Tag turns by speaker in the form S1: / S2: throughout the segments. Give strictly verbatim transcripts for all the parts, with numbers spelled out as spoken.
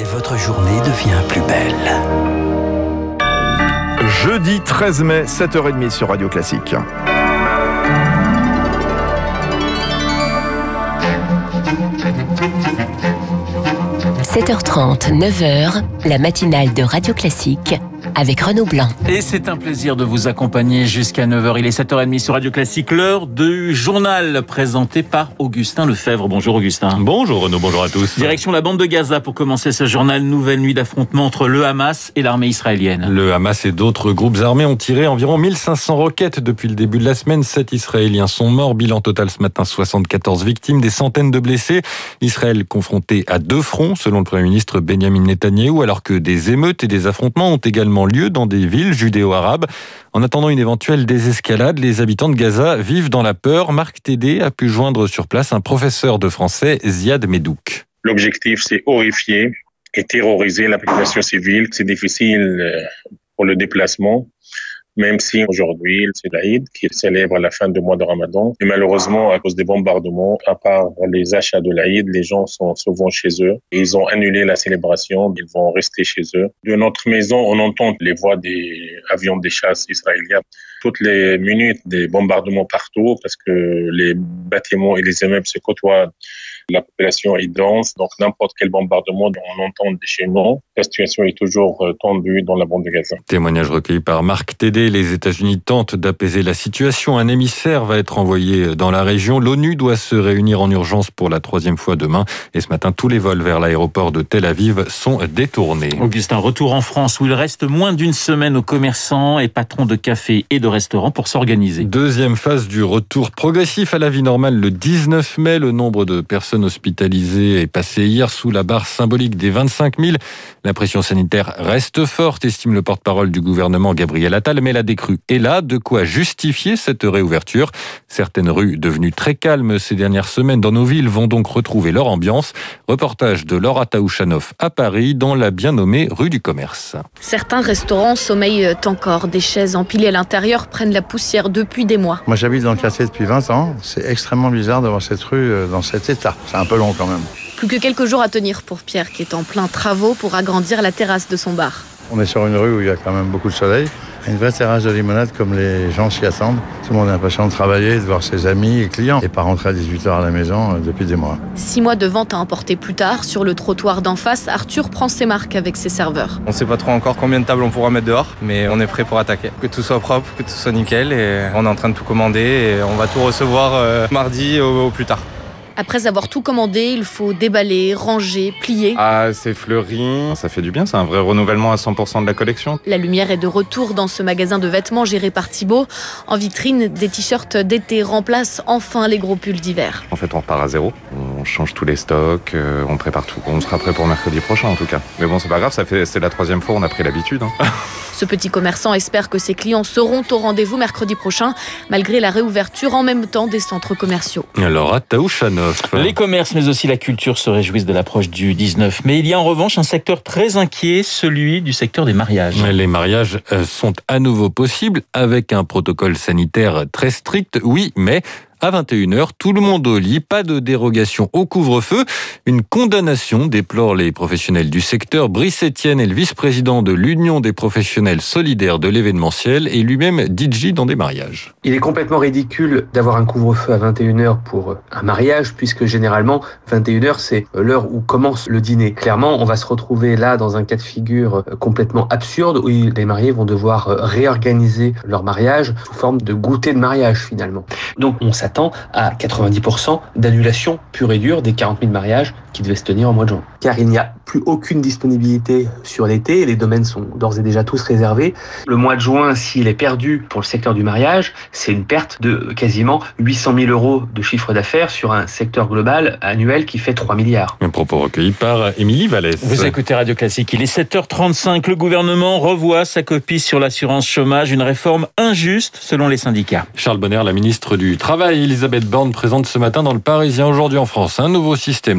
S1: et votre journée devient plus belle.
S2: Jeudi treize mai, sept heures trente sur Radio Classique.
S3: sept heures trente, neuf heures, la matinale de Radio Classique avec Renaud Blanc.
S4: Et c'est un plaisir de vous accompagner jusqu'à neuf heures. Il est sept heures trente sur Radio Classique, l'heure du journal présenté par Augustin Lefebvre. Bonjour Augustin.
S5: Bonjour Renaud, bonjour à tous.
S4: Direction la bande de Gaza pour commencer ce journal. Nouvelle nuit d'affrontement entre le Hamas et l'armée israélienne.
S5: Le Hamas et d'autres groupes armés ont tiré environ mille cinq cents roquettes depuis le début de la semaine. Sept Israéliens sont morts. Bilan total ce matin, soixante-quatorze victimes, des centaines de blessés. Israël confronté à deux fronts, selon le Premier ministre Benjamin Netanyahou, alors que des émeutes et des affrontements ont également lieu dans des villes judéo-arabes. En attendant une éventuelle désescalade, les habitants de Gaza vivent dans la peur. Marc Tédé a pu joindre sur place un professeur de français, Ziad Medouk.
S6: L'objectif, c'est horrifier et terroriser la population civile. C'est difficile pour le déplacement, même si aujourd'hui, c'est l'Aïd qui célèbre la fin du mois de Ramadan. Et malheureusement, à cause des bombardements, à part les achats de l'Aïd, les gens sont souvent chez eux. Et ils ont annulé la célébration, ils vont rester chez eux. De notre maison, on entend les voix des avions des chasses israéliens. Toutes les minutes, des bombardements partout, parce que les bâtiments et les immeubles se côtoient. La population est dense, donc n'importe quel bombardement on entend de chez nous. La situation est toujours tendue dans la bande de Gaza.
S5: Témoignage recueilli par Marc Tédé. Les États-Unis tentent d'apaiser la situation. Un émissaire va être envoyé dans la région. L'ONU doit se réunir en urgence pour la troisième fois demain. Et ce matin, tous les vols vers l'aéroport de Tel Aviv sont détournés.
S4: Augustin, retour en France où il reste moins d'une semaine aux commerçants et patrons de cafés et de restaurants pour s'organiser.
S5: Deuxième phase du retour progressif à la vie normale le dix-neuf mai. Le nombre de personnes hospitalisées est passé hier sous la barre symbolique des vingt-cinq mille. La pression sanitaire reste forte, estime le porte-parole du gouvernement Gabriel Attal, mais la décrue est là, de quoi justifier cette réouverture. Certaines rues devenues très calmes ces dernières semaines dans nos villes vont donc retrouver leur ambiance. Reportage de Laura Taouchanoff à Paris, dans la bien nommée rue du Commerce.
S7: Certains restaurants sommeillent encore. Des chaises empilées à l'intérieur prennent la poussière depuis des mois.
S8: Moi j'habite dans le quartier depuis vingt ans. C'est extrêmement bizarre d'avoir cette rue dans cet état. C'est un peu long quand même.
S7: Plus que quelques jours à tenir pour Pierre, qui est en plein travaux pour agrandir la terrasse de son bar.
S8: On est sur une rue où il y a quand même beaucoup de soleil. Une vraie terrasse de limonade comme les gens s'y attendent. Tout le monde a l'impression de travailler, de voir ses amis et clients et pas rentrer à dix-huit heures à la maison depuis des mois.
S7: Six mois de vente à emporter plus tard, sur le trottoir d'en face, Arthur prend ses marques avec ses serveurs.
S9: On ne sait pas trop encore combien de tables on pourra mettre dehors, mais on est prêt pour attaquer. Que tout soit propre, que tout soit nickel, et on est en train de tout commander et on va tout recevoir euh, mardi au, au plus tard.
S7: Après avoir tout commandé, il faut déballer, ranger, plier.
S10: Ah, c'est fleuri, ça fait du bien, c'est un vrai renouvellement à cent pour cent de la collection.
S7: La lumière est de retour dans ce magasin de vêtements géré par Thibaut. En vitrine, des t-shirts d'été remplacent enfin les gros pulls d'hiver.
S10: En fait, on repart à zéro, on change tous les stocks, euh, on prépare tout. On sera prêt pour mercredi prochain en tout cas. Mais bon, c'est pas grave, ça fait, c'est la troisième fois, on a pris l'habitude. Hein.
S7: Ce petit commerçant espère que ses clients seront au rendez-vous mercredi prochain, malgré la réouverture en même temps des centres commerciaux.
S5: Alors, à Taouchanoff.
S4: Les commerces, mais aussi la culture se réjouissent de l'approche du dix-neuf mai. Il y a en revanche un secteur très inquiet, celui du secteur des mariages.
S5: Les mariages sont à nouveau possibles avec un protocole sanitaire très strict, oui, mais à vingt et une heures, tout le monde au lit, pas de dérogation au couvre-feu. Une condamnation, déplorent les professionnels du secteur. Brice Etienne est le vice-président de l'Union des professionnels solidaires de l'événementiel et lui-même D J dans des mariages.
S11: Il est complètement ridicule d'avoir un couvre-feu à vingt et une heures pour un mariage, puisque généralement, vingt et une heures, c'est l'heure où commence le dîner. Clairement, on va se retrouver là dans un cas de figure complètement absurde où les mariés vont devoir réorganiser leur mariage sous forme de goûter de mariage finalement. Donc on s'attend à quatre-vingt-dix pour cent d'annulation pure et dure des quarante mille mariages qui devaient se tenir au mois de juin. Car il n'y a plus aucune disponibilité sur l'été, les domaines sont d'ores et déjà tous réservés. Le mois de juin, s'il est perdu pour le secteur du mariage, c'est une perte de quasiment huit cent mille euros de chiffre d'affaires sur un secteur global annuel qui fait trois milliards.
S5: Un propos recueilli par Émilie Vallès.
S4: Vous écoutez Radio Classique, il est sept heures trente-cinq. Le gouvernement revoit sa copie sur l'assurance chômage, une réforme injuste selon les syndicats.
S5: Charles Bonner, la ministre du Travail, Elisabeth Borne, présente ce matin dans Le Parisien aujourd'hui en France un nouveau système de calcul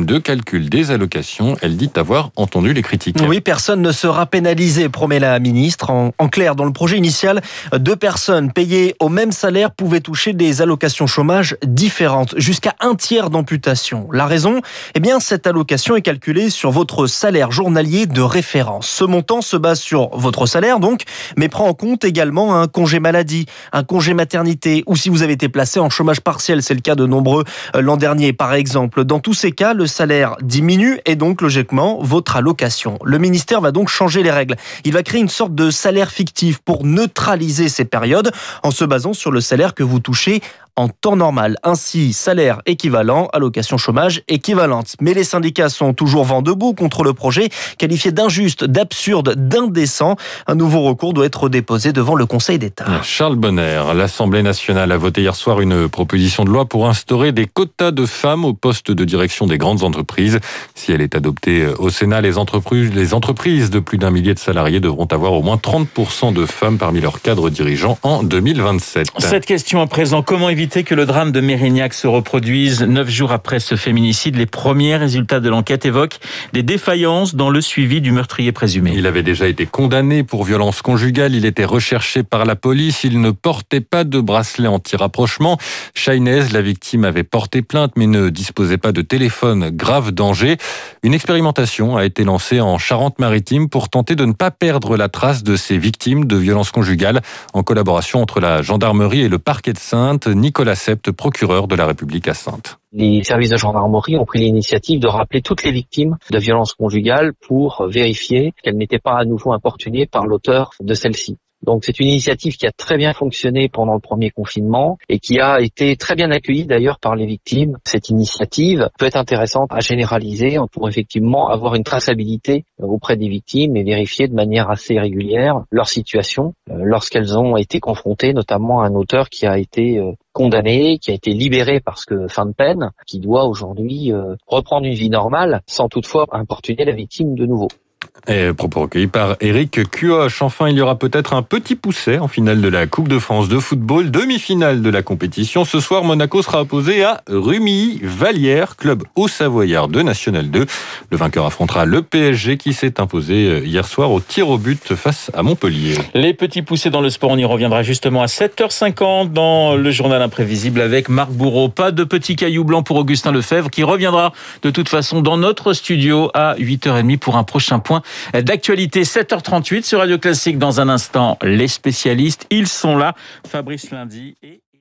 S5: calcul des allocations. Elle dit avoir entendu les critiques.
S12: Oui, personne ne sera pénalisé, promet la ministre. En, en clair, dans le projet initial, deux personnes payées au même salaire pouvaient toucher des allocations chômage différentes, jusqu'à un tiers d'amputation. La raison ? Eh bien, cette allocation est calculée sur votre salaire journalier de référence. Ce montant se base sur votre salaire, donc, mais prend en compte également un congé maladie, un congé maternité, ou si vous avez été placé en chômage partiel, c'est le cas de nombreux l'an dernier, par exemple. Dans tous ces cas, le salaire diminue et donc, logiquement, votre allocation. Le ministère va donc changer les règles. Il va créer une sorte de salaire fictif pour neutraliser ces périodes en se basant sur le salaire que vous touchez en temps normal. Ainsi, salaire équivalent, allocation chômage équivalente. Mais les syndicats sont toujours vent debout contre le projet, qualifié d'injuste, d'absurde, d'indécent. Un nouveau recours doit être déposé devant le Conseil d'État.
S5: Charles Bonner, l'Assemblée nationale a voté hier soir une proposition de loi pour instaurer des quotas de femmes au poste de direction des grandes entreprises. Si elle est adoptée au Sénat, les entreprises, les entreprises de plus d'un millier de salariés devront avoir au moins trente pour cent de femmes parmi leurs cadres dirigeants en deux mille vingt-sept.
S4: Cette question à présent, comment éviter que le drame de Mérignac se reproduise? Neuf jours après ce féminicide, les premiers résultats de l'enquête évoquent des défaillances dans le suivi du meurtrier présumé.
S5: Il avait déjà été condamné pour violence conjugale. Il était recherché par la police. Il ne portait pas de bracelet anti-rapprochement. Chahinez, la victime, avait porté plainte mais ne disposait pas de téléphone grave danger. Une expérimentation a été lancée en Charente-Maritime pour tenter de ne pas perdre la trace de ces victimes de violences conjugales en collaboration entre la gendarmerie et le parquet de Saintes. Nicolas Sept, procureur de la République à Saintes.
S13: Les services de gendarmerie ont pris l'initiative de rappeler toutes les victimes de violences conjugales pour vérifier qu'elles n'étaient pas à nouveau importunées par l'auteur de celle-ci. Donc c'est une initiative qui a très bien fonctionné pendant le premier confinement et qui a été très bien accueillie d'ailleurs par les victimes. Cette initiative peut être intéressante à généraliser pour effectivement avoir une traçabilité auprès des victimes et vérifier de manière assez régulière leur situation lorsqu'elles ont été confrontées notamment à un auteur qui a été condamné, qui a été libéré parce que fin de peine, qui doit aujourd'hui reprendre une vie normale sans toutefois importuner la victime de nouveau.
S5: Et propos recueillis par Éric Cuoche. Enfin, il y aura peut-être un petit pousset en finale de la Coupe de France de football, demi-finale de la compétition. Ce soir, Monaco sera opposé à Rumilly-Vallière, club haut-savoyard de National deux. Le vainqueur affrontera le P S G qui s'est imposé hier soir au tir au but face à Montpellier.
S4: Les petits poussés dans le sport, on y reviendra justement à sept heures cinquante dans le journal imprévisible avec Marc Bourreau. Pas de petits cailloux blancs pour Augustin Lefebvre qui reviendra de toute façon dans notre studio à huit heures trente pour un prochain point d'actualité. Sept heures trente-huit sur Radio Classique. Dans un instant, les spécialistes, ils sont là. Fabrice Lundi et